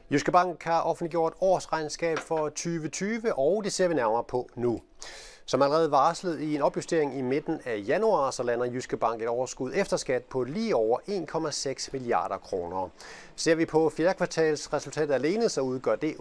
Jyske Bank har offentliggjort årsregnskab for 2020, og det ser vi nærmere på nu. Som allerede varslet i en opjustering i midten af januar, så lander Jyske Bank et overskud efter skat på lige over 1,6 milliarder kroner. Ser vi på fjerde kvartals resultatet alene, så udgør det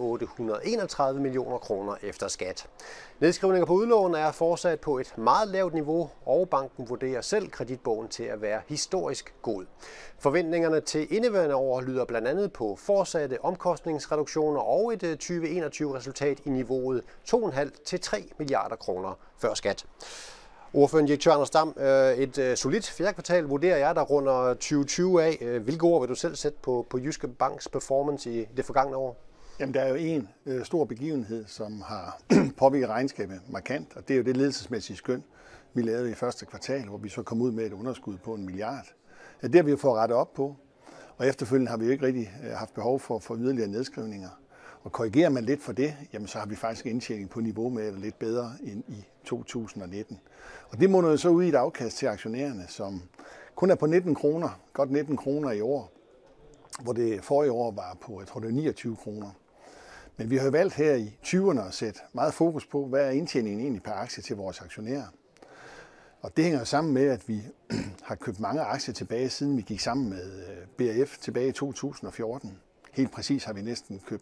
831 millioner kroner efter skat. Nedskrivninger på udlån er fortsat på et meget lavt niveau, og banken vurderer selv kreditbogen til at være historisk god. Forventningerne til indeværende år lyder blandt andet på fortsatte omkostningsreduktioner og et 2021-resultat i niveauet 2,5 til 3 milliarder kroner før skat. Ordføreren direktør Anders Dam, et solidt fjerde kvartal vurderer jeg, der runder 2020 af. Hvilke ord vil du selv sætte på Jyske Banks performance i det forgangne år? Jamen, der er jo en stor begivenhed, som har påvirket regnskabet markant, og det er jo det ledelsesmæssige skøn, vi lavede i første kvartal, hvor vi så kom ud med et underskud på 1 milliard. Det har vi jo fået rettet op på, og efterfølgende har vi jo ikke rigtig haft behov for yderligere nedskrivninger. Og korrigerer man lidt for det, jamen så har vi faktisk indtjening på niveau med eller lidt bedre end i 2019. Og det munder jo så ud i et afkast til aktionærerne, som kun er på 19 kroner, godt 19 kroner i år, hvor det forrige år var på, jeg tror det er 29 kroner. Men vi har valgt her i 20'erne at sætte meget fokus på, hvad er indtjeningen egentlig per aktie til vores aktionærer. Og det hænger jo sammen med, at vi har købt mange aktier tilbage, siden vi gik sammen med BRF tilbage i 2014. Helt præcis har vi næsten købt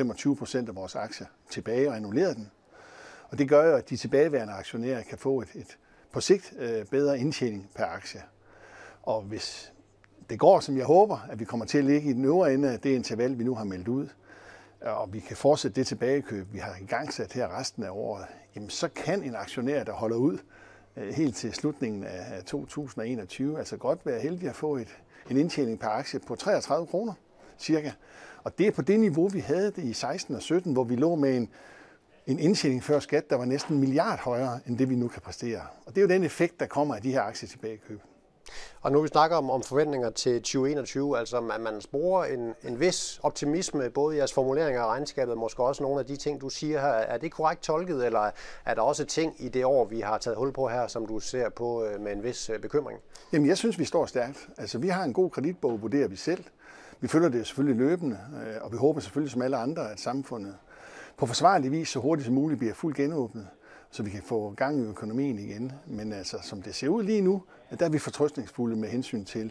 25% af vores aktier tilbage og annulleret den. Og det gør jo, at de tilbageværende aktionærer kan få et på sigt bedre indtjening per aktie. Og hvis det går, som jeg håber, at vi kommer til at ligge i den øvre ende af det interval, vi nu har meldt ud, og vi kan fortsætte det tilbagekøb, vi har igangsat her resten af året, jamen så kan en aktionær, der holder ud helt til slutningen af 2021, altså godt være heldig at få en indtjening per aktie på 33 kroner cirka. Og det er på det niveau, vi havde det i 16 og 17, hvor vi lå med en indtjening før skat, der var næsten 1 milliard højere, end det vi nu kan præstere. Og det er jo den effekt, der kommer af de her aktietilbagekøb. Og nu vi snakker om forventninger til 2021, altså at man sporer en vis optimisme, både i jeres formuleringer af regnskabet, og måske også nogle af de ting, du siger her. Er det korrekt tolket, eller er der også ting i det år, vi har taget hul på her, som du ser på med en vis bekymring? Jamen, jeg synes, vi står stærkt. Altså, vi har en god kreditbog, vurderer vi selv. Vi følger det selvfølgelig løbende, og vi håber selvfølgelig som alle andre, at samfundet på forsvarlig vis så hurtigt som muligt bliver fuldt genåbnet, så vi kan få gang i økonomien igen. Men altså, som det ser ud lige nu, der er vi fortrøstningsfulde med hensyn til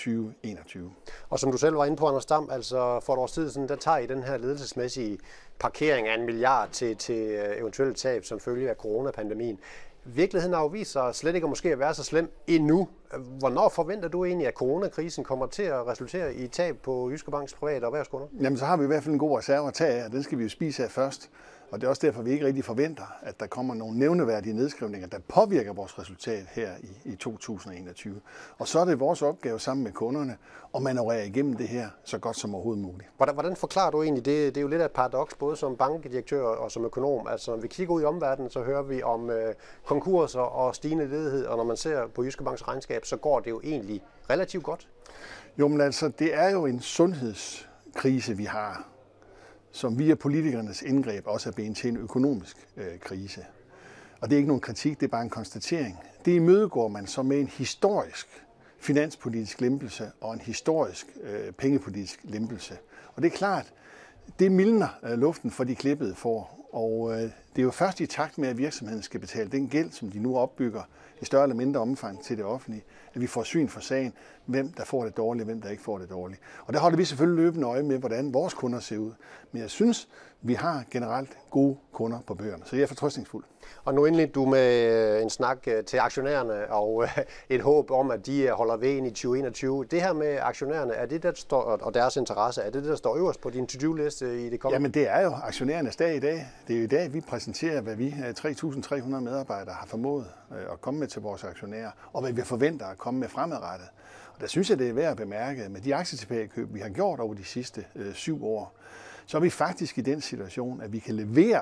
2021. Og som du selv var inde på, Anders Dam, altså for et års tid siden, der tager I den her ledelsesmæssige parkering af 1 milliard til eventuelt tab som følge af coronapandemien. Virkeligheden har jo vist sig slet ikke at måske at være så slem endnu. Hvornår forventer du egentlig, at coronakrisen kommer til at resultere i tab på Jyske Banks private erhvervskunder? Jamen, så har vi i hvert fald en god reserve at tage af, og den skal vi jo spise af først. Og det er også derfor, vi ikke rigtig forventer, at der kommer nogle nævneværdige nedskrivninger, der påvirker vores resultat her i 2021. Og så er det vores opgave sammen med kunderne at manøvrere igennem det her så godt som overhovedet muligt. Hvordan forklarer du egentlig det? Det er jo lidt af et paradoks, både som bankdirektør og som økonom. Altså, når vi kigger ud i omverdenen, så hører vi om konkurser og stigende ledighed, og når man ser på Jyske Banks regnskab, så går det jo egentlig relativt godt. Jo, men altså, det er jo en sundhedskrise, vi har, som via politikernes indgreb også er blevet til en økonomisk krise. Og det er ikke nogen kritik, det er bare en konstatering. Det imødegår man så med en historisk finanspolitisk lempelse og en historisk pengepolitisk lempelse. Og det er klart, det mildner luften for de klippede får. Og det er jo først i takt med, at virksomheden skal betale den gæld, som de nu opbygger i større eller mindre omfang til det offentlige, at vi får syn for sagen, hvem der får det dårligt, og hvem der ikke får det dårligt. Og der holder vi selvfølgelig løbende øje med, hvordan vores kunder ser ud. Men jeg synes, vi har generelt gode kunder på bøgerne, så jeg er fortrøstningsfuld. Og nu indledte du med en snak til aktionærerne og et håb om, at de holder ved ind i 2021. Det her med aktionærerne, er det der står, og deres interesse, er det der står øverst på din to-do-liste i det kommende? Jamen det er jo aktionærernes dag i dag. Det er jo i dag, vi præsenterer, hvad vi 3.300 medarbejdere har formået at komme med til vores aktionærer, og hvad vi forventer at komme med fremadrettet. Og der synes jeg, det er værd at bemærke, at med de aktietilbagekøb, vi har gjort over de sidste 7 år, så er vi faktisk i den situation, at vi kan levere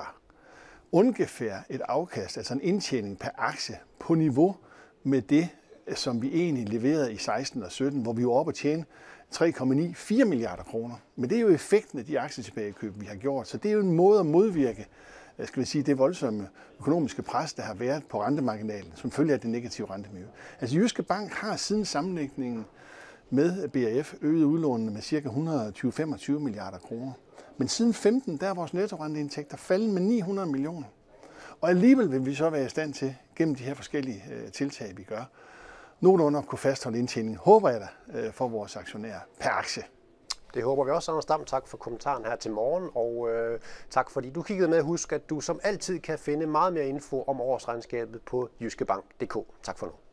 ungefær et afkast, altså en indtjening per aktie på niveau med det, som vi egentlig leverede i 16 og 17, hvor vi var oppe at tjene 3,94 milliarder kroner. Men det er jo effekten af de aktietilbagekøb, vi har gjort, så det er jo en måde at modvirke det voldsomme økonomiske pres, der har været på rentemarginalen, som følge af det negative rentemiljø. Altså Jyske Bank har siden sammenlægningen med BRF øget udlånene med ca. 120-25 milliarder kroner. Men siden 15, der er vores nettorenteindtægter faldet med 900 millioner. Og alligevel vil vi så være i stand til, gennem de her forskellige tiltag, vi gør, nogenlunde at kunne fastholde indtjeningen, håber jeg da, for vores aktionærer per aktie. Det håber vi også, Anders Dam. Tak for kommentaren her til morgen, og tak fordi du kiggede med. Husk, at du som altid kan finde meget mere info om årsregnskabet på jyskebank.dk. Tak for nu.